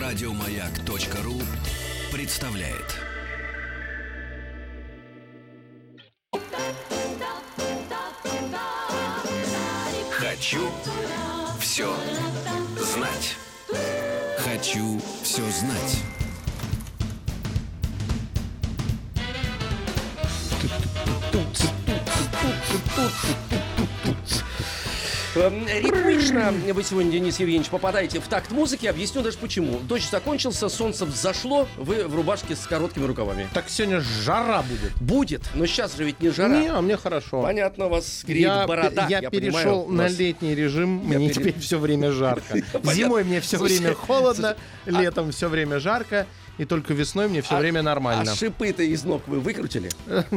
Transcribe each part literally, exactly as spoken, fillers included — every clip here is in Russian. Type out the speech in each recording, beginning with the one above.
Радиомаяк.ру представляет. Хочу все знать. Хочу все знать. Ритмично вы сегодня, Денис Евгеньевич, попадаете в такт музыки. Объясню даже почему. Дождь закончился, солнце взошло, вы в рубашке с короткими рукавами. Так сегодня жара будет. Будет, но сейчас же ведь не жара. Не, а мне хорошо. Понятно, у вас греет я, борода. Я, я перешел понимаю, на вас... летний режим, я мне пере... теперь все время жарко. Зимой мне все время холодно, летом все время жарко, и только весной мне все время нормально. А шипы-то из ног вы выкрутили?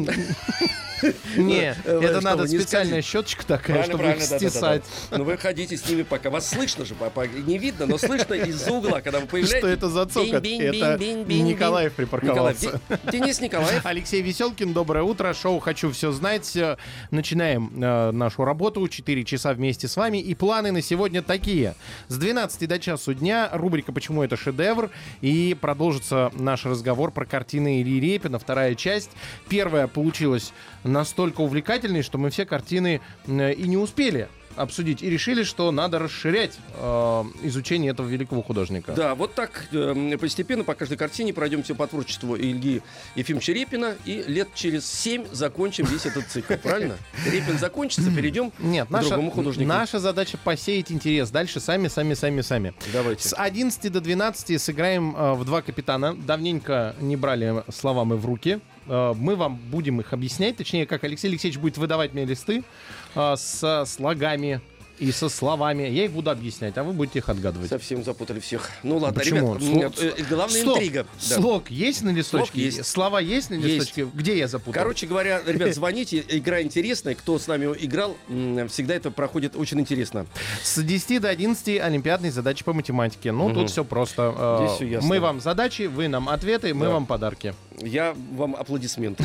Не, это надо специальная щеточка такая, чтобы их стесать. Ну вы ходите с ними пока. Вас слышно же, не видно, но слышно из-за угла, когда вы появляетесь. Что это за цокот? Это Николаев припарковался. Денис Николаев. Алексей Веселкин, доброе утро. Шоу «Хочу все знать». Начинаем нашу работу. Четыре часа вместе с вами. И планы на сегодня такие. С двенадцати до часу дня рубрика «Почему это шедевр?» И продолжится наш разговор про картины Ильи Репина. Вторая часть. Первая получилась настолько увлекательной, что мы все картины э, и не успели обсудить. И решили, что надо расширять э, изучение этого великого художника. Да, вот так э, постепенно по каждой картине пройдемте по творчеству Ильи Ефимовича Репина. И лет через семь закончим весь этот цикл. Правильно? Репин закончится, перейдем Нет, к наша, другому художнику. Наша задача посеять интерес. Дальше сами, сами, сами, сами. Давайте. С одиннадцати до двенадцати сыграем э, в «Два капитана». Давненько не брали слова мы в руки. Мы вам будем их объяснять, точнее, как Алексей Алексеевич будет выдавать мне листы а, со слогами и со словами. Я их буду объяснять, а вы будете их отгадывать. Совсем запутали всех. Ну ладно, почему? ребят, Слог... э, главная Слог. интрига. Да. Слог есть на листочке? Слог есть. Слова есть на листочке? Есть. Где я запутал? Короче говоря, ребят, звоните, игра интересная. Кто с нами играл, всегда это проходит очень интересно. С десяти до одиннадцати олимпиадные задачи по математике. Ну, угу. Тут все просто. Здесь все ясно. Мы вам задачи, вы нам ответы, мы да. вам подарки. Я вам аплодисменты.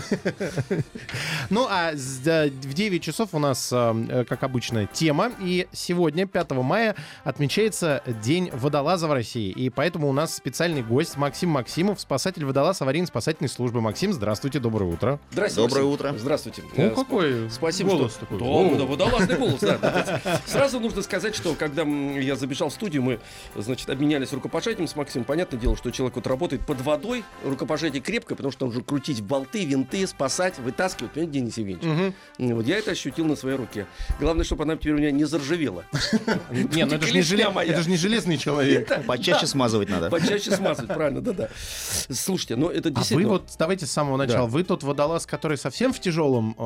Ну, а в девять часов у нас, как обычно, тема. И сегодня, пятого мая, отмечается День водолаза в России. И поэтому у нас специальный гость Максим Максимов, спасатель водолаз аварийно-спасательной службы. Максим, здравствуйте, доброе утро. Здравствуйте. Доброе утро. Здравствуйте. Ну, какой Спасибо, голос что... такой. Да, да, водолазный голос, да. Сразу нужно сказать, что когда я забежал в студию, мы, значит, обменялись рукопожатием с Максимом. Понятное дело, что человек вот работает под водой, рукопожатие крепкое, потому что он же крутить болты, винты, спасать, вытаскивать. Понимаете, Денис Евгеньевич? Угу. Вот я это ощутил на своей руке. Главное, чтобы она теперь у меня не заржавела. Нет, ну это же не желез... это же не железный человек. Почаще смазывать надо. Почаще смазывать, правильно, да-да. Слушайте, ну это действительно... А вы вот, давайте с самого начала, вы тот водолаз, который совсем в тяжелом...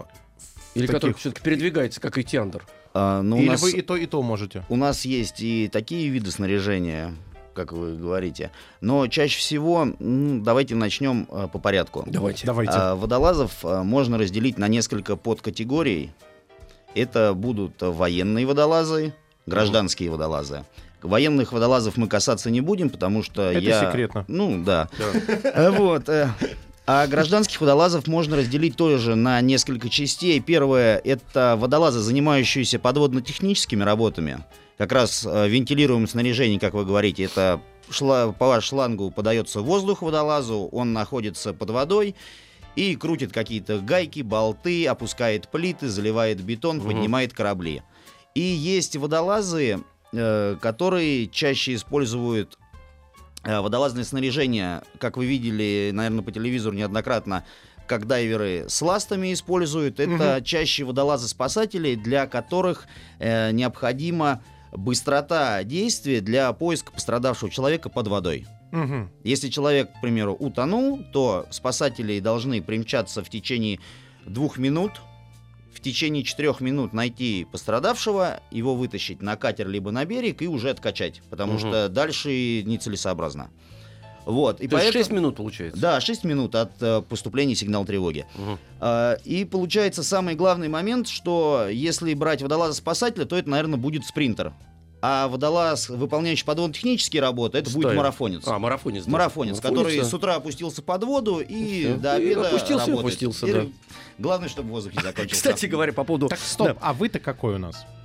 Или который все-таки передвигается, как и Тиандр? Или вы и то, и то можете? У нас есть и такие виды снаряжения, как вы говорите. Но чаще всего, ну, давайте начнем э, по порядку. Давайте. Давайте. А, водолазов а, можно разделить на несколько подкатегорий. Это будут военные водолазы, гражданские угу. водолазы. Военных водолазов мы касаться не будем, потому что это я... Это секретно. Ну, да. да. Вот. А гражданских водолазов можно разделить тоже на несколько частей. Первое — это водолазы, занимающиеся подводно-техническими работами. Как раз э, вентилируемое снаряжение, как вы говорите, это шла, по шлангу подается воздух водолазу, он находится под водой и крутит какие-то гайки, болты, опускает плиты, заливает бетон, угу. поднимает корабли. И есть водолазы, э, которые чаще используют э, водолазное снаряжение, как вы видели, наверное, по телевизору неоднократно, как дайверы с ластами используют. Это угу. чаще водолазы-спасатели, для которых э, необходимо быстрота действия для поиска пострадавшего человека под водой. Угу. Если человек, к примеру, утонул, то спасатели должны примчаться в течение двух минут, в течение четырех минут найти пострадавшего, его вытащить на катер либо на берег и уже откачать, потому угу. что дальше нецелесообразно. Вот, и То поэтому... есть шесть минут получается? Да, шесть минут от э, поступления сигнала тревоги. Угу. Э, и получается самый главный момент, что если брать водолаза-спасателя, то это, наверное, будет спринтер. А водолаз, выполняющий подводно-технические работы, это Стоит. будет марафонец. А, марафонец. Да. Марафонец, Марафонец, который да. с утра опустился под воду и Все. до обеда и опустился, работает. опустился, и да. Главное, чтобы воздух не закончился. Кстати говоря, по поводу... Так, стоп, да. а вы-то какой у нас?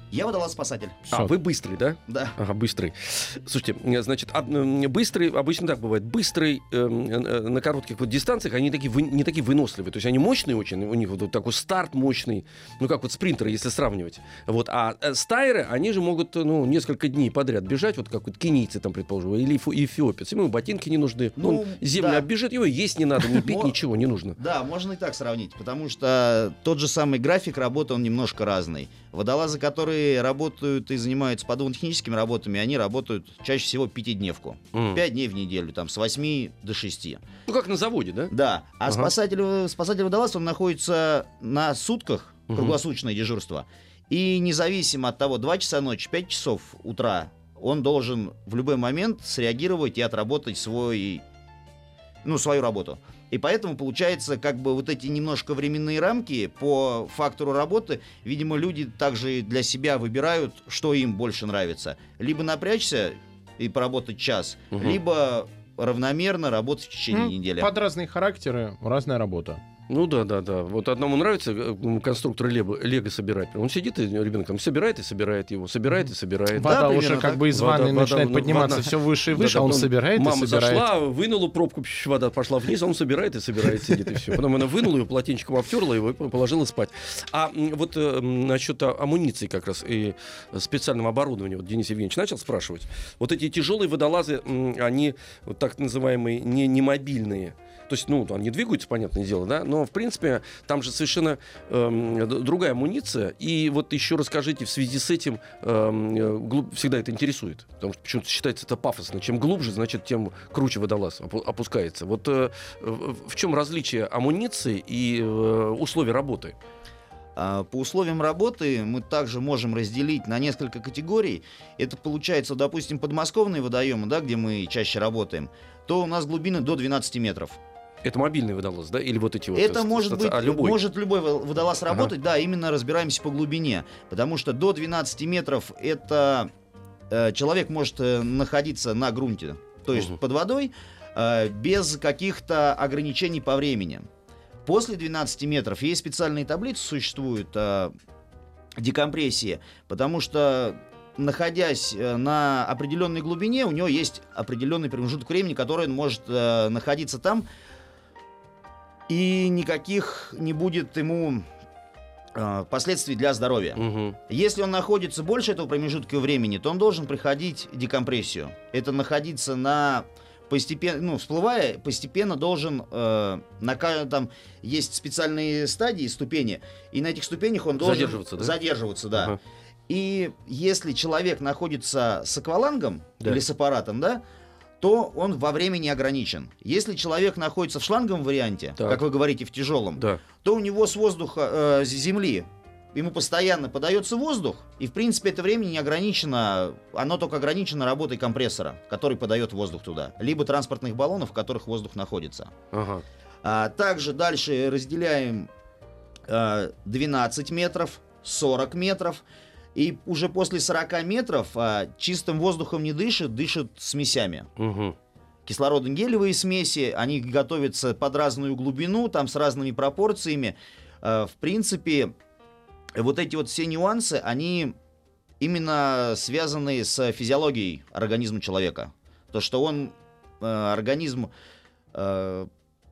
Я водолаз-спасатель. А, вы быстрый, да? Да. Ага, быстрый. Слушайте, значит, а, м, быстрый, обычно так бывает, быстрый э, э, на коротких вот дистанциях, они такие, вы- не такие выносливые, то есть они мощные очень, у них вот, вот такой старт мощный, ну как вот спринтеры, если сравнивать. Вот, а э, стайеры, они же могут, ну, несколько дней подряд бежать, вот как вот кенийцы там, предположим, или эфи- эфиопец, ему ботинки не нужны, Ну, он землю да. оббежит, его есть не надо, не пить, Мо- ничего не нужно. Да, можно и так сравнить, потому что тот же самый график работы, он немножко разный. Водолазы, которые работают и занимаются подводно-техническими работами, они работают чаще всего пятидневку. М. Пять дней в неделю, там, с восьми до шести. Ну как на заводе, да? Да, а Ага. спасатель, спасатель-водолаз, он находится на сутках, Мгм. круглосуточное дежурство. И независимо от того, два часа ночи, пять часов утра, он должен в любой момент среагировать и отработать свой, ну, свою работу. И поэтому получается, как бы вот эти немножко временные рамки по фактору работы, видимо, люди также для себя выбирают, что им больше нравится. Либо напрячься и поработать час, Мгм. либо равномерно работать в течение Ну, недели. Под разные характеры разная работа. Ну да, да, да. Вот одному нравится э, конструктор Лего, Лего собирать. Он сидит, и ребенок там собирает и собирает его, собирает и собирает. Вода примерно уже как так. бы из Вода- ванны вода, начинает ну, подниматься вода. все выше и Да, выше, да, а он потом собирает Мама и собирает. зашла, вынула пробку, пш, вода пошла вниз, а он собирает и собирает, сидит и все. Потом она вынула ее, полотенчиком обтерла его и положила спать. А м, вот э, м, насчет а, амуниции как раз и специального оборудования, вот Денис Евгеньевич начал спрашивать. Вот эти тяжелые водолазы, м, они вот так называемые не, не мобильные. То есть, ну, они двигаются, понятное дело, да, но, в принципе, там же совершенно эм, д- другая амуниция. И вот еще расскажите, в связи с этим эм, э, глуб- всегда это интересует, потому что почему-то считается это пафосно. Чем глубже, значит, тем круче водолаз опу- опускается. Вот э, в в чем различие амуниции и э, условий работы? А, По условиям работы мы также можем разделить на несколько категорий. Это получается, допустим, подмосковные водоемы, да, где мы чаще работаем, то у нас глубины до двенадцати метров. Это мобильный водолаз, да? Или вот эти вот? Это э, может стаци- быть, а, любой? может любой во- водолаз Ага. работать, да, именно разбираемся по глубине. Потому что до двенадцати метров это э, человек может э, находиться на грунте, то есть Мгм. под водой, э, без каких-то ограничений по времени. После двенадцати метров есть специальные таблицы, существуют э, декомпрессии, потому что, находясь э, на определенной глубине, у него есть определенный промежуток времени, который он может э, находиться там, и никаких не будет ему э, последствий для здоровья. Мгм. Если он находится больше этого промежутка времени, то он должен проходить декомпрессию. Это находиться на постепенно, ну, всплывая, постепенно должен э, на ка- там есть специальные стадии, ступени, и на этих ступенях он должен Задерживаться, да? задерживаться, да. Ага. И если человек находится с аквалангом Да. или с аппаратом, да, то он во времени ограничен. Если человек находится в шланговом варианте, Так. как вы говорите, в тяжелом, Да. то у него с воздуха, э, с земли, ему постоянно подается воздух, и в принципе это время не ограничено, оно только ограничено работой компрессора, который подает воздух туда, либо транспортных баллонов, в которых воздух находится. Ага. А также дальше разделяем э, двенадцать метров, сорок метров, и уже после сорока метров а, чистым воздухом не дышит, дышит смесями. Мгм. Кислородно-гелевые смеси, они готовятся под разную глубину, там с разными пропорциями. Э, В принципе, вот эти вот все нюансы, они именно связаны с физиологией организма человека. То, что он, э, организм, э,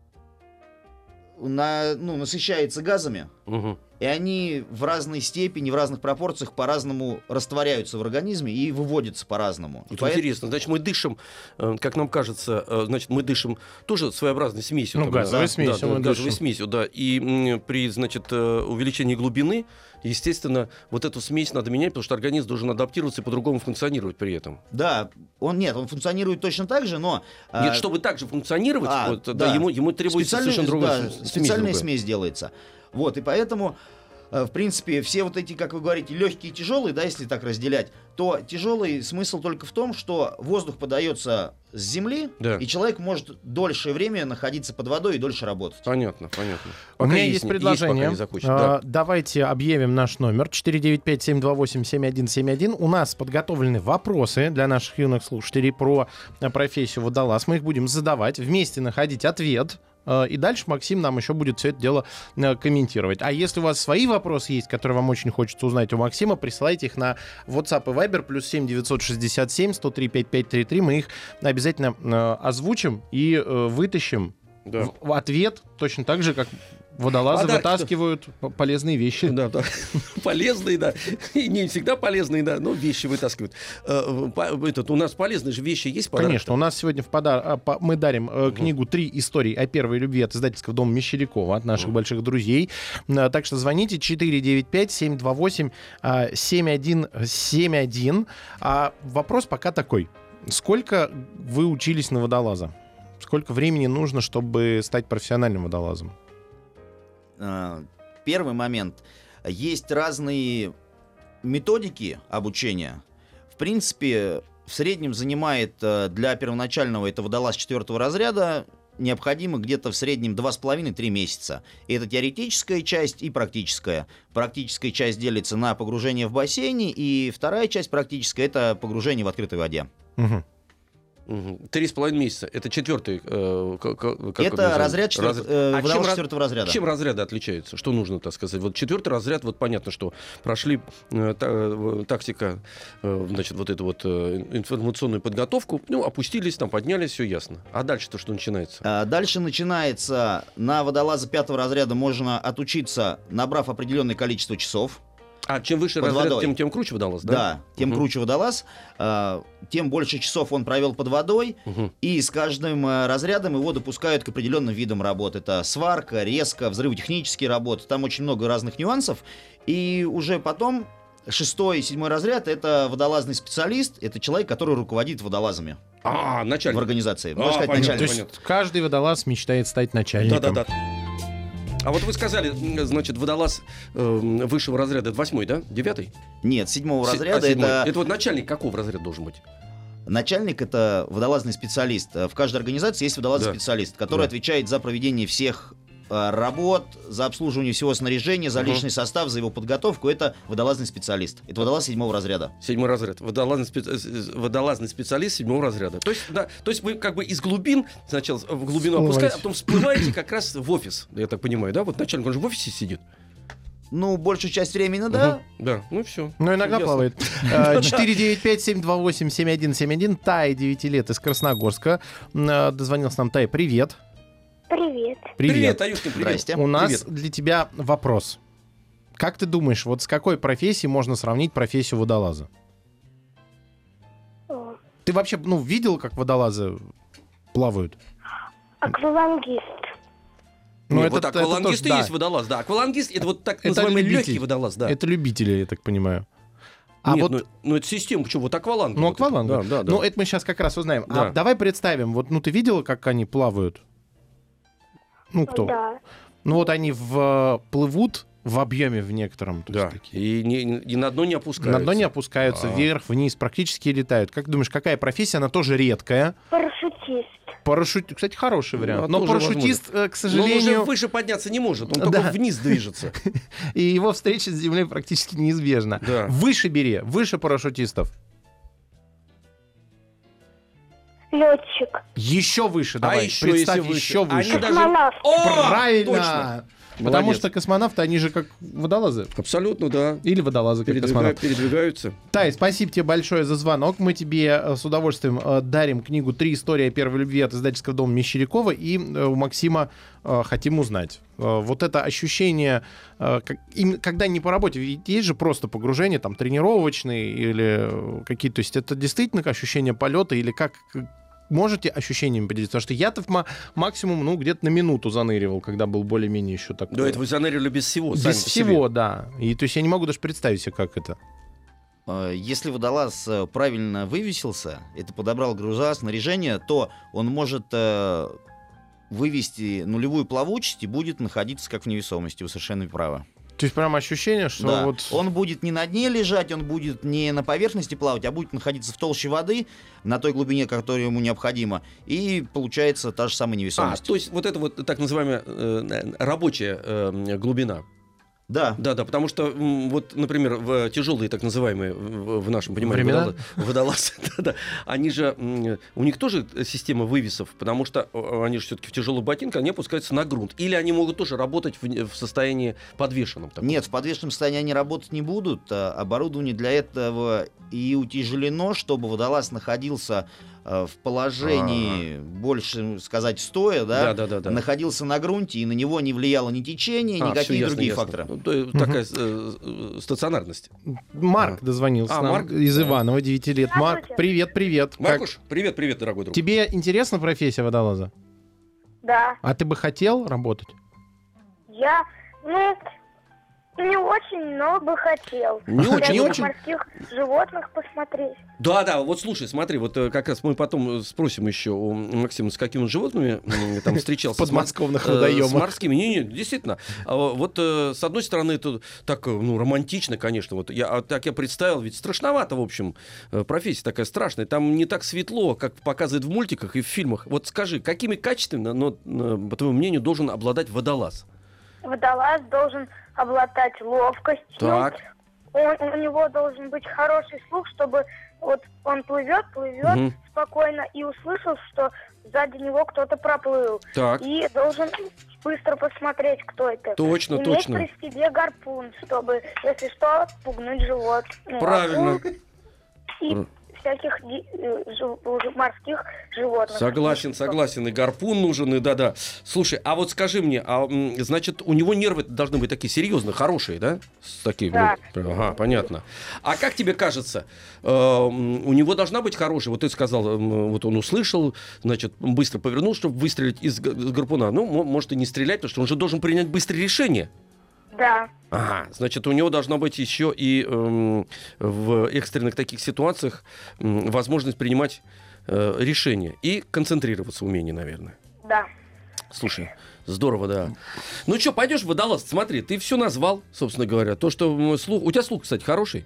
на- ну, насыщается газами, Мгм. и они в разной степени, в разных пропорциях по-разному растворяются в организме и выводятся по-разному. И Это поэт- интересно. Значит, мы дышим, э, как нам кажется, э, значит, мы дышим тоже своеобразной смесью. Ну, там, газовой да, смесью да, мы да, газовой дышим. смесью, да. И м, при, значит, э, увеличении глубины, естественно, вот эту смесь надо менять, потому что организм должен адаптироваться и по-другому функционировать при этом. Да, он нет, он функционирует точно так же, но... Нет, а, чтобы так же функционировать, а, вот, да, да. ему, ему требуется специальная- совершенно другая да, см- смесь. специальная другая. смесь делается. Вот, и поэтому, э, в принципе, все вот эти, как вы говорите, легкие и тяжелые, да, если так разделять, то тяжелый смысл только в том, что воздух подается с земли, Да. и человек может дольшее время находиться под водой и дольше работать. Понятно, понятно. У Пока меня есть не- предложение. пока не закончено, А, да. Давайте объявим наш номер четыре девять пять семь два восемь семь один семь один. У нас подготовлены вопросы для наших юных слушателей про а, профессию водолаз. Мы их будем задавать, вместе находить ответ э, и дальше Максим нам еще будет все это дело э, комментировать. А если у вас свои вопросы есть, которые вам очень хочется узнать у Максима, присылайте их на WhatsApp и Viber плюс семь девятьсот шестьдесят семь сто три пятьдесят пять тридцать три. Мы их обязательно э, озвучим и э, вытащим Да. в, в ответ, точно так же, как водолазы Подарки-то. вытаскивают п- полезные вещи. Да, да. Полезные, да. И не всегда полезные, да, но вещи вытаскивают. Э, по- Этот, у нас полезные же вещи есть подарок? Конечно, у нас сегодня в подар... мы дарим э, книгу «Три истории о первой любви» от издательского дома Мещерякова, от наших больших друзей. Э, Так что звоните четыре девять пять семь два восемь семь один семь один. А вопрос пока такой. Сколько вы учились на водолаза? Сколько времени нужно, чтобы стать профессиональным водолазом? Э, Первый момент. Есть разные методики обучения. В принципе, в среднем занимает э, для первоначального это водолаз четвертого разряда необходимо где-то в среднем два с половиной - три месяца. И это теоретическая часть и практическая. Практическая часть делится на погружение в бассейне, и вторая часть практическая — это погружение в открытой воде. Угу. Мгм. Три с половиной месяца. Это четвертый. э, к- к- как он Это называется? разряд, четвер- Разряд. э, А водолаз чем раз- четвертого разряда. Чем разряды отличаются? Что нужно, так сказать? Вот четвертый разряд, вот понятно, что прошли э, та- э, тактика, э, значит, вот эту вот э, информационную подготовку, ну, опустились, там, поднялись, все ясно. А дальше-то что начинается? А Дальше начинается, на водолаза пятого разряда можно отучиться, набрав определенное количество часов. А чем выше под разряд, водой. тем, тем круче водолаз, да? Да, тем Мгм. круче водолаз, а, тем больше часов он провел под водой, Мгм. и с каждым а, разрядом его допускают к определенным видам работ. Это сварка, резка, взрывотехнические работы, там очень много разных нюансов. И уже потом шестой и седьмой разряд — это водолазный специалист, это человек, который руководит водолазами А, в начальник. организации. А, Можно сказать, понятно, То начальник. есть понятно. каждый водолаз мечтает стать начальником. Да-да-да. А вот вы сказали, м, значит, водолаз э, высшего разряда, это восьмой, да? Девятый? Нет, седьмого Се- разряда а, седьмой. это... Это вот начальник какого разряда должен быть? Начальник — это водолазный специалист. В каждой организации есть водолазный Да. специалист, который Да. отвечает за проведение всех э, работ, за обслуживание всего снаряжения, за Мгм. личный состав, за его подготовку. Это водолазный специалист. Это водолаз седьмого разряда. Седьмой разряд. Водолазный, спе- э, водолазный специалист седьмого разряда. То есть, да, то есть вы как бы из глубин сначала в глубину Всплываете. опускаете, а потом всплываете как раз в офис. Я так понимаю, да? Вот начальник, он же в офисе сидит. Ну, большую часть времени, да. Мгм. Да, ну все. Ну, иногда плавает. Э, четыре девять пять семь два восемь семь один семь один. Тай, девяти лет, из Красногорска. М, э, Дозвонился нам Тай. Привет. Привет. Привет, Аюшкин, привет. Здрасте. У нас Привет. для тебя вопрос. Как ты думаешь, вот с какой профессией можно сравнить профессию водолаза? О, Ты вообще, ну, видел, как водолазы плавают? аквалангист. Ну, Не, это- вот это аквалангист тоже, и да. есть водолаз, да. Аквалангист — это вот так Это называемый любитель. легкий водолаз, да. Это любители, я так понимаю. А Нет, вот, ну, ну это система, почему? Вот акваланг. ну, вот это. акваланг. Да, да, да. Ну, это мы сейчас как раз узнаем. Да. А давай представим, вот, ну, ты видела, как они плавают? Ну, кто? Да. Ну, вот они в, э, плывут в объеме в некотором. то Да. есть такие. И, не- и на дно не опускаются. На дно не опускаются, А. вверх, вниз, практически летают. Как думаешь, какая профессия? Она тоже редкая. Парашютист. Парашют, кстати, хороший вариант. Ну, Но тоже парашютист, э, к Но он уже сожалению, выше подняться не может, он Да. только вниз движется. и его встреча с землей практически неизбежна. Да. Выше бери, выше парашютистов. Летчик. Еще выше А давай. еще Представь, если выше. еще Они выше. даже- Космонавт. О, Правильно! точно. Потому Молодец. что космонавты, они же как водолазы. Абсолютно, да. Или водолазы, как Передвига- космонавты. Передвигаются. Тай, спасибо тебе большое за звонок. Мы тебе э, с удовольствием э, дарим книгу «Три истории о первой любви» от издательского дома Мещерякова. И э, у Максима э, хотим узнать. Э, вот это ощущение, э, как- им- когда не по работе, ведь есть же просто погружение, там, тренировочные или э, какие-то... То есть это действительно ощущение полета или как... Можете ощущениями поделиться? Потому что я-то в ма- максимум, ну, где-то на минуту заныривал, когда был более-менее еще такой. Да, это вы занырили без всего. сами Без по себе. всего, да. И то есть я не могу даже представить себе, как это. Э, Если водолаз э, правильно вывесился, это подобрал груза, снаряжение, то он может э, вывести нулевую плавучесть и будет находиться как в невесомости. Вы совершенно правы. То есть прям ощущение, что Да. вот... Он будет не на дне лежать, он будет не на поверхности плавать, а будет находиться в толще воды, на той глубине, которая ему необходима, и получается та же самая А, невесомость. то есть вот это вот так называемая э, рабочая э, глубина. Да. Да, да, потому что м, вот, например, в тяжелые так называемые в, в нашем понимании Времена? водолазы, водолазы, да, да, они же м, у них тоже система вывесов, потому что э, они же все-таки в тяжелых ботинках, они опускаются на грунт, или они могут тоже работать в, в состоянии подвешенном. таком? Нет, в подвешенном состоянии они работать не будут. а Оборудование для этого и утяжелено, чтобы водолаз находился э, в положении, больше сказать, стоя, да, Да, да, да, да. находился на грунте, и на него не влияло ни течение, А, никакие всё ясно, другие ясно. факторы. Ну, то есть такая э, э, стационарность. Марк дозвонился А, нам Марк? из Да. Иванова, девяти лет. Марк, Здравствуйте. привет, привет. Как- Маркуш, привет, привет, дорогой друг. Тебе интересна профессия водолаза? Да. А ты бы хотел работать? Я, ну, не очень, но бы хотел. Не очень, Всяких не очень? морских животных посмотреть. Да, да, вот слушай, смотри, вот э, как раз мы потом э, спросим еще у Максима, с какими он животными м, там встречался. В подмосковных С мор- э, водоемах. С морскими. Не, не, действительно. А, Вот э, с одной стороны, это так, э, ну, романтично, конечно. Вот я, а так я представил, ведь страшновато, в общем, э, профессия такая страшная. Там не так светло, как показывают в мультиках и в фильмах. Вот скажи, какими качествами, но, э, по твоему мнению, должен обладать водолаз? Водолаз должен обладать ловкостью. Так. Он, у него должен быть хороший слух, чтобы вот он плывет, плывет Мгм. спокойно и услышал, что сзади него кто-то проплыл. Так, И должен быстро посмотреть, кто это. точно, Иметь точно. при себе гарпун, чтобы, если что, пугнуть живот. Ну, Правильно. акул И всяких ди- э, жив- уже морских животных. Согласен, согласен. И гарпун нужен, и да-да. Слушай, а вот скажи мне, а, м, значит, у него нервы должны быть такие серьезные, хорошие, да? С такими, Да. ну, ага, понятно. А как тебе кажется, э, м, у него должна быть хорошая, вот ты сказал, м, вот он услышал, значит, быстро повернул, чтобы выстрелить из, га- из гарпуна. Ну, мо- может и не стрелять, потому что он же должен принять быстрое решение. Да. Ага, значит, у него должна быть еще и эм, в экстренных таких ситуациях м, возможность принимать э, решения и концентрироваться умение, наверное. Да. Слушай, здорово, да. Ну что, пойдешь в водолаз? Смотри, ты все назвал, собственно говоря. То, что м, слух... У тебя слух, кстати, хороший.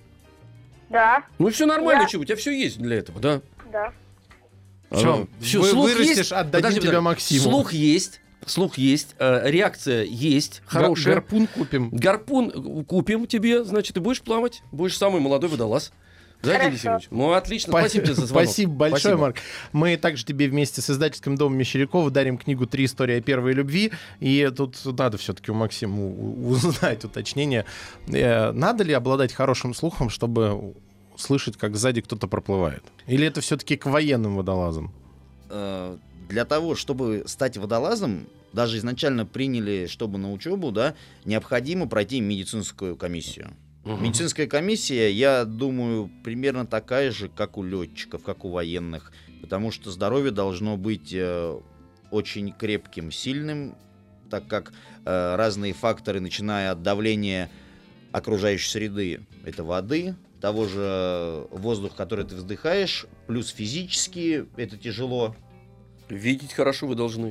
Да. Ну все нормально, Я- чего, у тебя все есть для этого, да? Да. Всё, Всё, вы- слух вырастешь, есть. отдадим Подожди, тебя подожди. Максиму. Слух есть, слух есть, э, реакция есть, Га- хорошая. Гарпун купим. Гарпун купим тебе, значит, и будешь плавать. Будешь самый молодой водолаз. Да, Хорошо. Денис Евгеньевич? Ну, отлично, спасибо тебе за звонок. Спасибо большое, Спасибо. Марк. Мы также тебе вместе с издательским домом Мещерякова дарим книгу «Три истории о первой любви». И тут надо все-таки у Максима у- узнать уточнение. Э, Надо ли обладать хорошим слухом, чтобы слышать, как сзади кто-то проплывает? Или это все-таки к военным водолазам? Э, Для того, чтобы стать водолазом, даже изначально приняли, чтобы на учебу, да, необходимо пройти медицинскую комиссию. Мгм. Медицинская комиссия, я думаю, примерно такая же, как у летчиков, как у военных, потому что здоровье должно быть э, очень крепким, сильным, так как э, разные факторы, начиная от давления окружающей среды, это воды, того же воздуха, который ты вздыхаешь, плюс физически это тяжело, Видеть хорошо вы должны.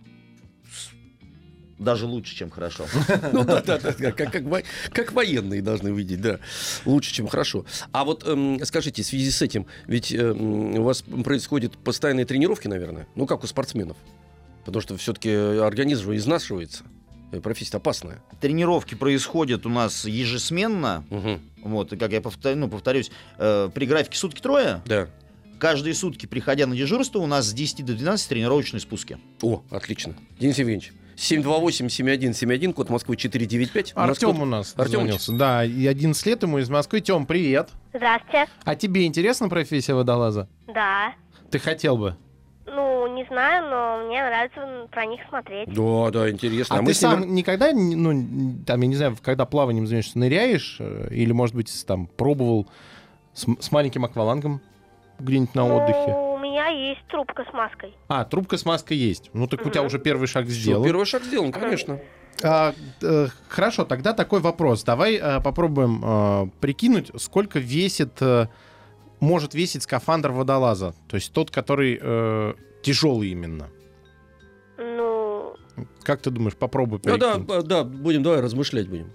даже лучше, чем хорошо. Ну да, да, да, да, как, как, во- как военные должны видеть, да. Лучше, чем хорошо. А вот эм, скажите, в связи с этим, ведь эм, у вас происходят постоянные тренировки, наверное, ну как у спортсменов, потому что все-таки организм же изнашивается. И профессия опасная. Тренировки происходят у нас ежесменно, Мгм. вот, и как я повторю, ну, повторюсь, э, при графике сутки трое, Да. каждые сутки, приходя на дежурство, у нас с десяти до двенадцати тренировочные спуски. О, отлично. Денис Евгеньевич, семь два восемь семь один семь один, код Москвы четыре девять пять. У нас Артем код- у нас Артемыч? дозвонился. Да, и одиннадцать лет ему из Москвы. Тем, привет. Здравствуйте. А тебе интересна профессия водолаза? Да. Ты хотел бы? Ну, не знаю, но мне нравится про них смотреть. Да, да, интересно. А, мы ты с ними- сам никогда, не- ну, там, я не знаю, когда плаванием занимаешься, ныряешь? э, Или, может быть, с- там, пробовал с, м- с маленьким аквалангом где-нибудь на отдыхе? Ну, у меня есть трубка с маской. А, трубка с маской есть. Ну, так у тебя Мгм. уже первый шаг Всё, сделан. первый шаг сделан, конечно. А, э, хорошо, тогда такой вопрос. Давай э, попробуем э, прикинуть, сколько весит, э, может весить скафандр водолаза. То есть тот, который э, тяжелый именно. Ну, Как ты думаешь, попробуй Ну да, прикинуть. да, да, будем, давай размышлять будем.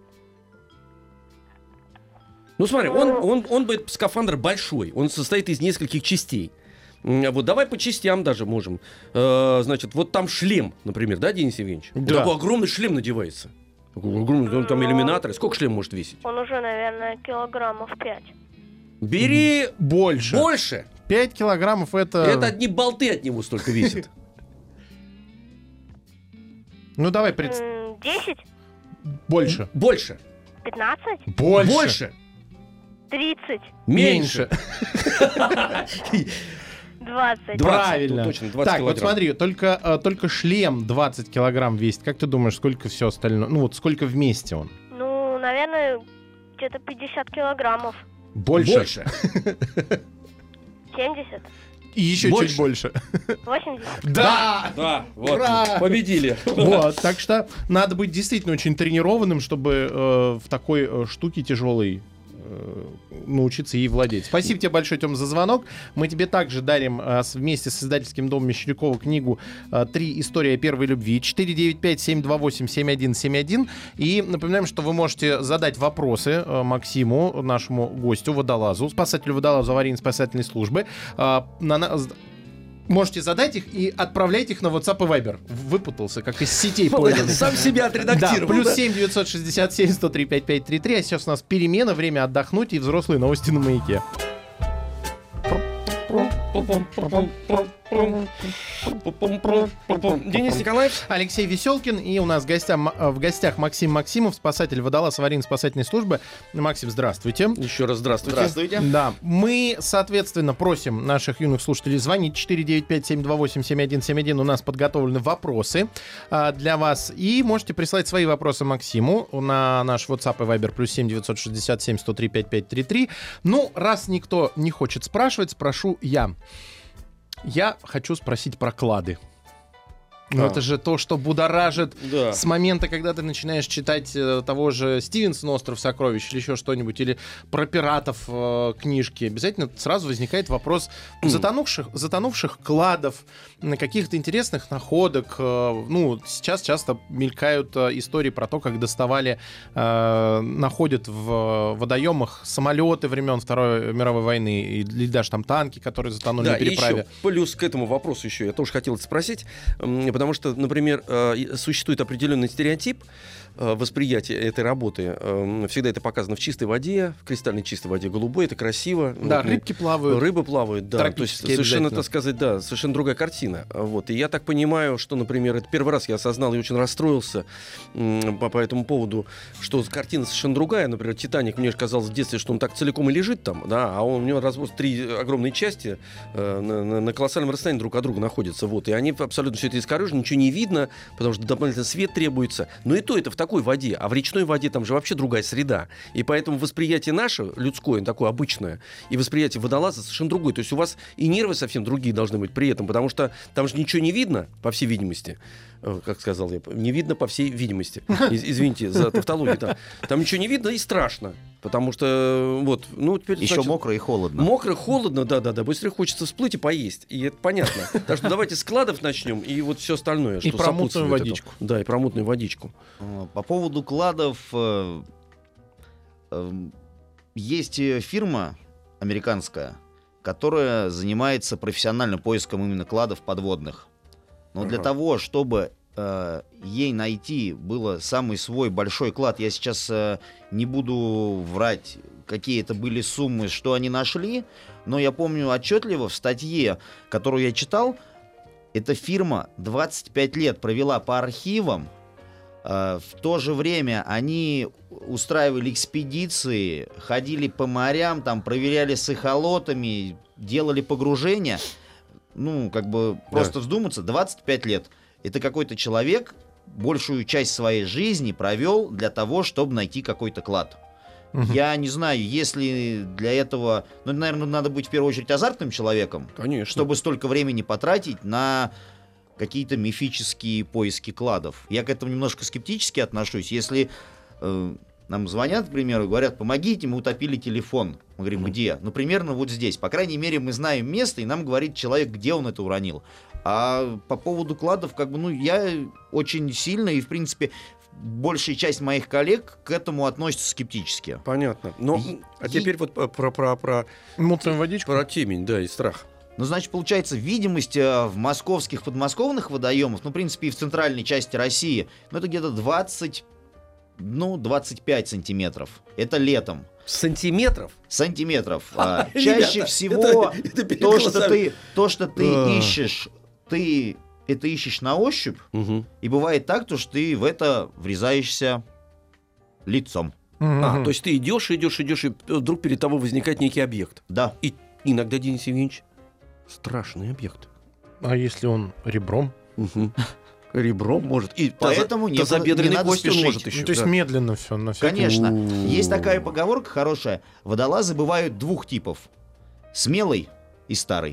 Ну смотри, он, он, он будет скафандр большой, он состоит из нескольких частей. М, Вот давай по частям даже можем. Э, значит, вот там шлем, например, да, Денис Евгеньевич? Вот Да. такой огромный шлем надевается. Огромный, там иллюминаторы. Сколько шлем может весить? Он уже, наверное, килограммов пять. Бери Больше. больше. пять килограммов это... Это одни болты от него столько весят. Ну давай, пред... М, Десять? больше. Больше. Пятнадцать? Больше. Больше. Тридцать? Меньше. Двадцать? Двадцать. Правильно. Ну, точно, двадцать так, вот килограмм. смотри, только, э, только шлем двадцать килограмм весит. Как ты думаешь, сколько все остальное? Ну вот сколько вместе он? Ну, наверное, где-то пятьдесят килограммов. Больше. Больше. Семьдесят? И еще Больше. чуть больше. Восемьдесят? Да! Да, вот, Ура! победили. Вот, так что надо быть действительно очень тренированным, чтобы э, в такой э, штуке тяжелой э, научиться ей владеть. Спасибо тебе большое, Тём, за звонок. Мы тебе также дарим э, с- вместе с издательским домом Мещерякова книгу э, «Три истории о первой любви». четыре девять пять семь два восемь семь один семь один. И напоминаем, что вы можете задать вопросы э, Максиму, нашему гостю, водолазу, спасателю водолазу аварийно-спасательной службы. Э, на нас- Можете задать их и отправлять их на WhatsApp и Viber. Выпутался, как из сетей Молодец, пойманный. сам себя Да, отредактировал. плюс да? семь девятьсот шестьдесят семь сто три пять пять три три. А сейчас у нас перемена, время отдохнуть и взрослые новости на Маяке. Денис Николаев. Алексей Веселкин, и у нас в гостях, в гостях Максим Максимов, спасатель водолаз аварийно-спасательной службы. Максим, здравствуйте. Еще раз здравствуйте. Здравствуйте. Да, мы, соответственно, просим наших юных слушателей звонить четыре девять пять семь два восемь семь один семь один. У нас подготовлены вопросы а, для вас. И можете прислать свои вопросы Максиму на наш WhatsApp и Viber плюс семь девятьсот шестьдесят семь сто три пять пять три три. Ну, раз никто не хочет спрашивать, спрошу я. Я хочу спросить про клады. Ну, А. это же то, что будоражит Да. с момента, когда ты начинаешь читать э, того же Стивенсона «Остров сокровищ» или еще что-нибудь, или про пиратов э, книжки, обязательно сразу возникает вопрос затонувших, затонувших кладов, м, каких-то интересных находок. э, ну, сейчас часто мелькают э, истории про то, как доставали, э, находят в водоемах самолеты времен Второй мировой войны, или даже там танки, которые затонули Да, на и переправе. еще плюс к этому вопросу еще я тоже хотел это спросить, м, потому что, например, э, существует определенный стереотип э, восприятия этой работы. Э, Всегда это показано в чистой воде, в кристальной чистой воде, голубой, это красиво. Да, Вот, ну, рыбки плавают. Рыбы плавают, да. То есть Тропические совершенно, обязательно. так сказать, да, совершенно другая картина. Вот. И я так понимаю, что, например, это первый раз я осознал и очень расстроился м, по, по этому поводу, что картина совершенно другая. Например, «Титаник», мне же казалось в детстве, что он так целиком и лежит там, да, а он, у него разброс три огромные части э, на, на- на колоссальном расстоянии друг от друга находятся. Вот. И они абсолютно все это искорежено, ничего не видно, потому что дополнительный свет требуется. Но и то это в такой воде, а в речной воде там же вообще другая среда. И поэтому восприятие наше, людское, такое обычное, и восприятие водолаза совершенно другое. То есть у вас и нервы совсем другие должны быть при этом, потому что там же ничего не видно, по всей видимости. Э, Как сказал я, не видно по всей видимости. Из- извините за тавтологию. Да. Там ничего не видно и страшно. Потому что, вот, ну, теперь... Еще значит, мокро и холодно. Мокро, холодно, да-да-да. Быстрее хочется всплыть и поесть. И это понятно. Так что давайте с складов начнем и вот все остальное, И что про мутную сопутствует водичку. этому. Да, и про мутную водичку. Э, По поводу кладов, э, э, есть э, фирма американская, которая занимается профессиональным поиском именно кладов подводных. Но для Ага. того, чтобы э, ей найти было самый свой большой клад, я сейчас э, не буду врать, какие это были суммы, что они нашли, но я помню отчетливо в статье, которую я читал, эта фирма двадцать пять лет провела по архивам. Э, В то же время они устраивали экспедиции, ходили по морям, там проверяли с эхолотами, делали погружения. Ну, как бы просто вздуматься, двадцать пять лет. Это какой-то человек большую часть своей жизни провел для того, чтобы найти какой-то клад. Мгм. Я не знаю, если для этого... Ну, наверное, надо быть в первую очередь азартным человеком, Конечно. чтобы столько времени потратить на какие-то мифические поиски кладов. Я к этому немножко скептически отношусь. Если э, нам звонят, к примеру, и говорят, помогите, мы утопили телефон. Мы говорим, где? Ну, примерно вот здесь. По крайней мере, мы знаем место, и нам говорит человек, где он это уронил. А по поводу кладов, как бы, ну, я очень сильно, и, в принципе, большая часть моих коллег к этому относятся скептически. Понятно. Но, И- а теперь вот про, про, про, про, Мутную водичку. про темень, да, и страх. Ну, значит, получается, видимость э, в московских подмосковных водоемах, ну, в принципе, и в центральной части России, ну, это где-то двадцать ну, двадцать пять сантиметров. Это летом. Сантиметров? Сантиметров. А, А, чаще ребята, всего это- это перед то, что глазами. ты, то, что ты А. ищешь, ты это ищешь на ощупь, Мгм. и бывает так, то, что ты в это врезаешься лицом. А, Мгм. то есть ты идешь, идешь, идешь, и вдруг перед тобой возникает некий объект. Да. И иногда, Денис Евгеньевич, страшный объект. А если он ребром? Мгм. Ребром может. И Поэтому не, тазобедренной не надо костью он спешить. может еще. Ну, то есть да. медленно все, на всякий... Конечно. У-у-у. Есть такая поговорка хорошая. Водолазы бывают двух типов. Смелый и старый.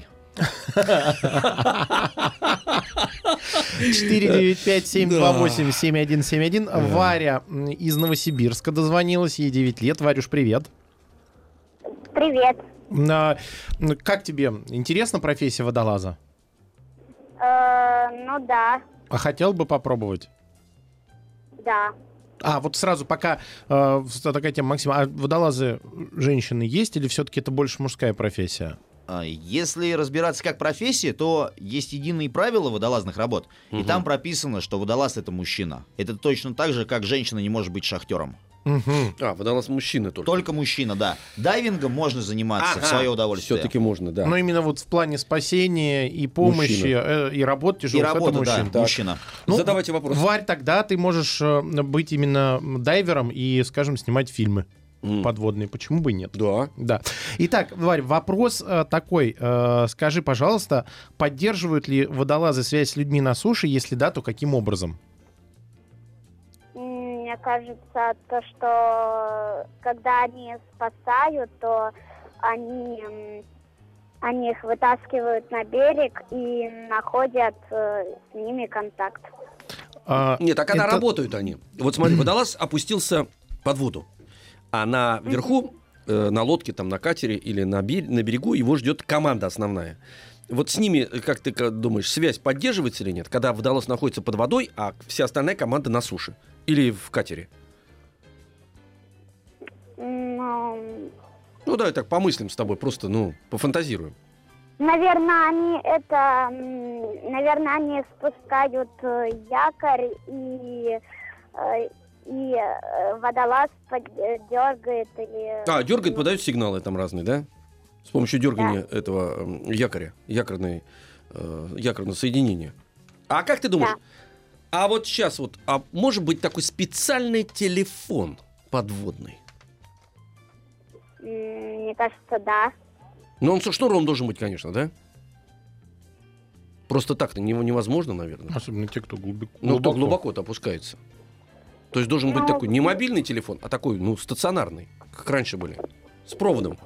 четыре девять пять семь два восемь семь один семь один. Варя м, из Новосибирска дозвонилась, ей девять лет. Варюш, привет. Привет. А, м, как тебе? Интересна профессия водолаза? Э, ну да, А хотел бы попробовать? да. А, вот сразу, пока э, такая тема, Максим, а водолазы женщины есть или все-таки это больше мужская профессия? А, Если разбираться как профессия, то есть единые правила водолазных работ. И там прописано, что водолаз — это мужчина. Это точно так же, как женщина не может быть шахтером. Мгм. А, водолаз мужчина только. Только мужчина, да. Дайвингом можно заниматься в свое удовольствие. Все-таки можно, да. Но именно вот в плане спасения и помощи, Мужчина. э, и работы И тяжелых, это работа, да, мужчина. мужчина. Ну, Задавайте вопрос. Варь, тогда ты можешь э, быть именно дайвером и, скажем, снимать фильмы М. подводные. Почему бы и нет? Да. Да. Итак, Варь, вопрос э, такой. Э, скажи, пожалуйста, поддерживают ли водолазы связь с людьми на суше? Если да, то каким образом? М, Мне кажется, то, что когда они спасают, то они, м, они их вытаскивают на берег и находят э, с ними контакт. А, Нет, а когда это- работают они? Вот смотри, водолаз опустился под воду, а наверху, э, на лодке, там, на катере или на, бер- на берегу его ждет команда основная. Вот с ними, как ты как думаешь, связь поддерживается или нет, когда водолаз находится под водой, а вся остальная команда на суше или в катере? Ну, Ну, давай так помыслим с тобой, просто, ну, пофантазируем. наверное, они это, м, наверное, они спускают э, якорь и э, и э, водолаз под- э, дергает или. А, дергает, подают сигналы там разные, да? С помощью дергания этого м, якоря, якорной, э, якорного соединения. А как ты думаешь? Да. А вот сейчас вот, а может быть такой специальный телефон подводный? М, Мне кажется, да. Ну, он со шнуром должен быть, конечно, да? Просто так-то него невозможно, наверное. Особенно те, кто глубоко. Ну, кто глубоко-то опускается. То есть должен быть Ну, такой не мобильный телефон, а такой, ну, стационарный, как раньше были, с проводом.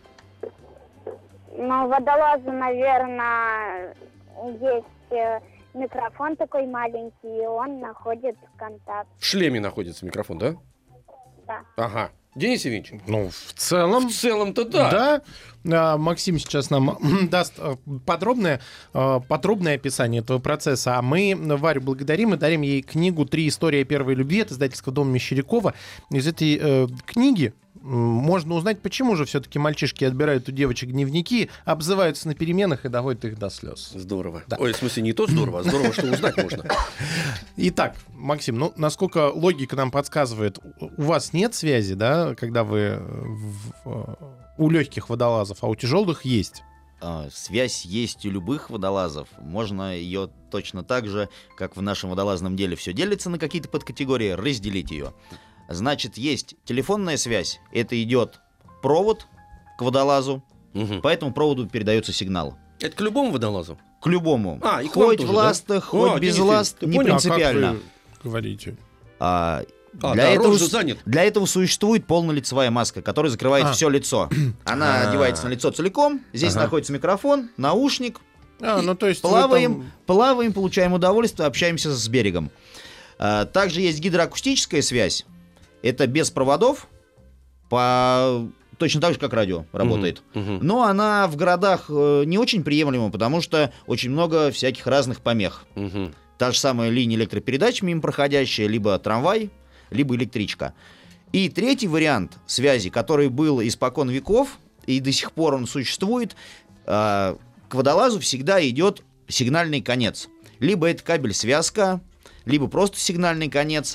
Но водолазу, наверное, есть э, микрофон такой маленький, и он находит контакт. В шлеме находится микрофон, да? Да. Ага. Денис Евгеньевич? Ну, в целом... В целом-то да. Да, А, Максим сейчас нам даст э, подробное, э, подробное описание этого процесса, а мы Варю благодарим и дарим ей книгу «Три истории первой любви» от издательского дома Мещерякова. Из этой э, книги м, можно узнать, почему же все-таки мальчишки отбирают у девочек дневники, обзываются на переменах и доводят их до слез. Здорово. Да. Ой, в смысле, не то здорово, а здорово, что узнать можно. Итак, Максим, ну, насколько логика нам подсказывает, у вас нет связи, да, когда вы в- в- у легких водолазов, а у тяжелых есть? А, Связь есть у любых водолазов. Можно ее точно так же, как в нашем водолазном деле все делится на какие-то подкатегории, разделить ее. Значит, есть телефонная связь. Это идет провод к водолазу, Мгм. по этому проводу передается сигнал. Это к любому водолазу? К любому. А, и к вам хоть тоже, в да? ластах, хоть А, без Денис ласт, Евгеньевич, не ты понял, А как принципиально. вы говорите? А, А, для, да, этого, рот же с- занят. для этого существует полнолицевая маска, которая закрывает А. все лицо. Она А. одевается на лицо целиком. Здесь Ага. находится микрофон, наушник. А, ну то есть вы Плаваем, там- плаваем, получаем удовольствие, общаемся с берегом. А, также есть гидроакустическая связь. Это без проводов, по... точно так же, как радио работает. Мгм. Но она в городах э, не очень приемлема, потому что очень много всяких разных помех. Мгм. Та же самая линия электропередач мимо проходящая, либо трамвай, либо электричка. И третий вариант связи, который был испокон веков, и до сих пор он существует, э, к водолазу всегда идет сигнальный конец. Либо это кабель-связка, либо просто сигнальный конец.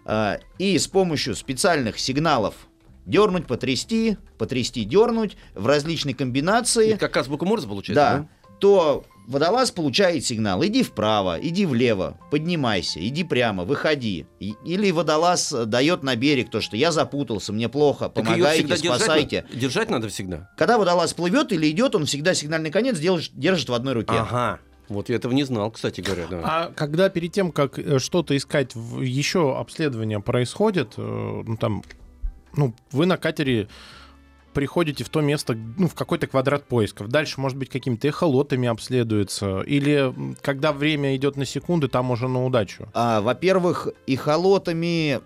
А, и с помощью специальных сигналов дернуть, потрясти, потрясти, дернуть в различной комбинации. Это как азбука Морзе получается, Да. да? То водолаз получает сигнал: иди вправо, иди влево, поднимайся, иди прямо, выходи. И- Или водолаз дает на берег то, что я запутался, мне плохо, Так её помогайте, всегда держать спасайте. надо- Держать надо всегда. Когда водолаз плывет или идет, он всегда сигнальный конец держит, держит в одной руке. Ага. Вот я этого не знал, кстати говоря. Да. А когда перед тем, как э, что-то искать, в- еще обследование происходит, э, ну там, ну, вы на катере приходите в то место, ну, в какой-то квадрат поисков. Дальше, может быть, какими-то эхолотами обследуется. Или м, когда время идет на секунды, там уже на удачу. А, во-первых, эхолотами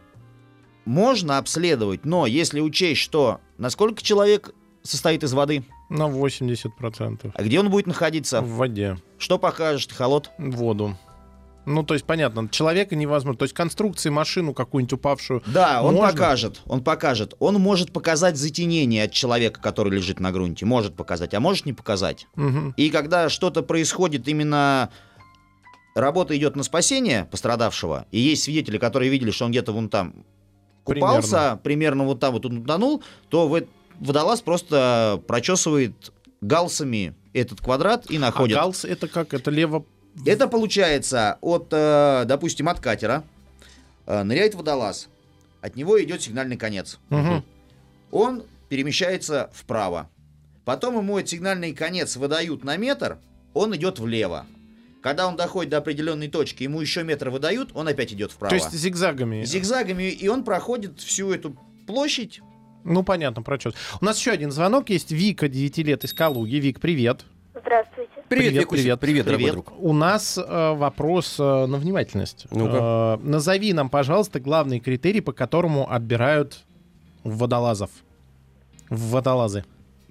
можно обследовать, но если учесть, что насколько человек состоит из воды, На восемьдесят процентов. а где он будет находиться, В воде. что покажет эхолот? В воду. Ну, то есть, понятно, человека невозможно. То есть, конструкции, машину какую-нибудь упавшую. Да, он Можно? покажет, он покажет. Он может показать затенение от человека, который лежит на грунте. Может показать, а может не показать. Мгм. И когда что-то происходит, именно работа идет на спасение пострадавшего, и есть свидетели, которые видели, что он где-то вон там купался, примерно, вот там вот он утонул, то в- водолаз просто прочесывает галсами этот квадрат и А находит. галс это как? Это лево... Это получается от, э, допустим, от катера э, ныряет водолаз, от него идет сигнальный конец. Мгм. Он перемещается вправо. Потом ему этот сигнальный конец выдают на метр, он идет влево. Когда он доходит до определенной точки, ему еще метр выдают, он опять идет вправо. То есть зигзагами. Зигзагами, и он проходит всю эту площадь. Ну, понятно, прочет. У нас еще один звонок есть. Вика, девяти лет, из Калуги. Вик, привет. Здравствуйте. Привет, Привет, Викусик. привет. Привет, дорогой Привет. друг. У нас э, вопрос э, на внимательность. Ну-ка. Э, назови нам, пожалуйста, главные критерии, по которому отбирают водолазов. В водолазы.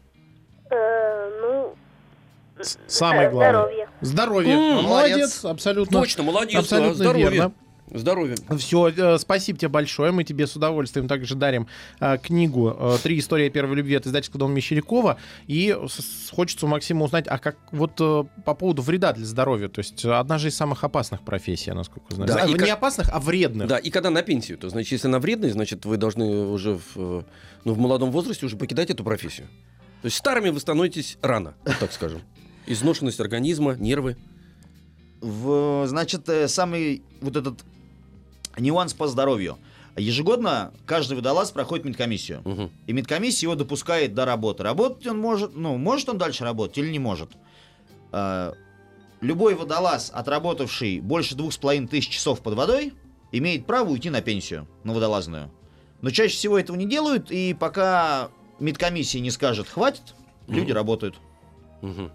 Э, ну, С- Самое э, главное. здоровье. Здоровье. М, молодец. молодец. Абсолютно. Точно, молодец. да, Абсолютно Здоровье. верно. Здоровье. Все, спасибо тебе большое. Мы тебе с удовольствием также дарим э, книгу э, «Три истории первой любви» от издательского дома Мещерякова. И с- с- хочется у Максима узнать, а как вот э, по поводу вреда для здоровья. То есть э, одна же из самых опасных профессий, насколько знаю. Да, А, и не как- опасных, а вредных. Да, и когда на пенсию, то значит, если она вредная, значит, вы должны уже в, э, ну, в молодом возрасте уже покидать эту профессию. То есть старыми вы становитесь рано, вот так скажем. Изношенность организма, нервы. В, значит, э, самый вот этот нюанс по здоровью. Ежегодно каждый водолаз проходит медкомиссию. Мгм. И медкомиссия его допускает до работы. Работать он может, ну, может он дальше работать или не может. А, любой водолаз, отработавший больше двух с половиной тысяч часов под водой, имеет право уйти на пенсию, на водолазную. Но чаще всего этого не делают, и пока медкомиссия не скажет «хватит», люди Мгм. работают. Мгм.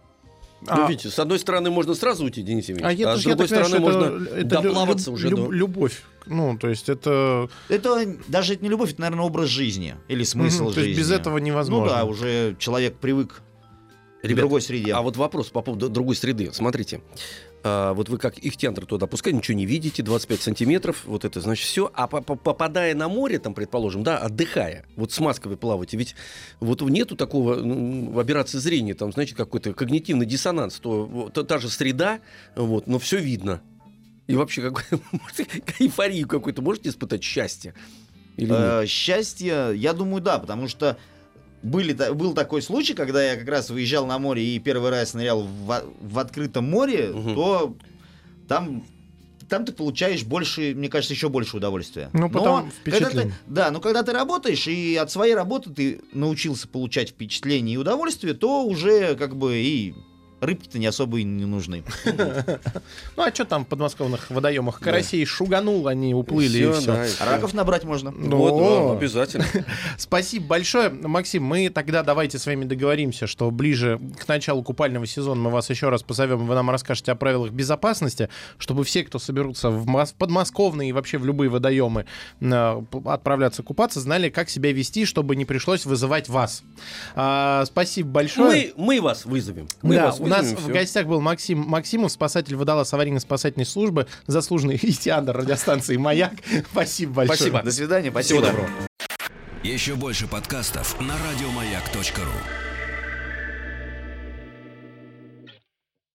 А- Ну, видите, с одной стороны можно сразу уйти, Денис Евгеньевич, А, а, я, с я другой так понимаю, стороны что можно это, это лю- доплаваться лю- уже лю- до... любовь. Ну, то есть это... Это даже это не любовь, это, наверное, образ жизни или смысл Мгм, то жизни. есть без этого невозможно. Ну да, уже человек привык к Ребят, другой среде. А вот вопрос по поводу другой среды. Смотрите, а, вот вы как ихтиандр туда пускай ничего не видите, двадцать пять сантиметров, вот это значит все. А по- по- попадая на море, там, предположим, да, отдыхая, вот с маской вы плаваете, ведь вот нету такого ну, аберрации зрения, там, значит, какой-то когнитивный диссонанс, то, вот, та- та же среда, вот, но все видно. И вообще, какой, может, эйфорию какую-то можете испытать, счастье? Или нет? Э, счастье, я думаю, да, потому что были, та- был такой случай, когда я как раз выезжал на море и первый раз нырял в, о- в открытом море, Мгм. то там, там ты получаешь больше, мне кажется, еще больше удовольствия. Ну, потом Но когда ты, впечатление. да, но когда ты работаешь и от своей работы ты научился получать впечатление и удовольствие, то уже как бы и рыбки-то не особо и не нужны. Ну, а что там в подмосковных водоемах? Карасей шуганул, они уплыли, Всё, и все. да, и всё. Раков набрать можно. Ну, Вот, о. да, обязательно. Спасибо большое. Максим, мы тогда давайте с вами договоримся, что ближе к началу купального сезона мы вас еще раз позовем, и вы нам расскажете о правилах безопасности, чтобы все, кто соберутся в, Мос- в подмосковные и вообще в любые водоемы э, п- отправляться купаться, знали, как себя вести, чтобы не пришлось вызывать вас. А, спасибо большое. Мы, мы вас вызовем. Мы Да, вас у нас вызовем, в всё. гостях был Максим Максимов, спасатель-водолаз аварийно-спасательной службы, заслуженный ихтиандр радиостанции «Маяк». Спасибо большое. Спасибо. До свидания, Всего спасибо. доброго. Еще больше подкастов на радиомаяк точка ру.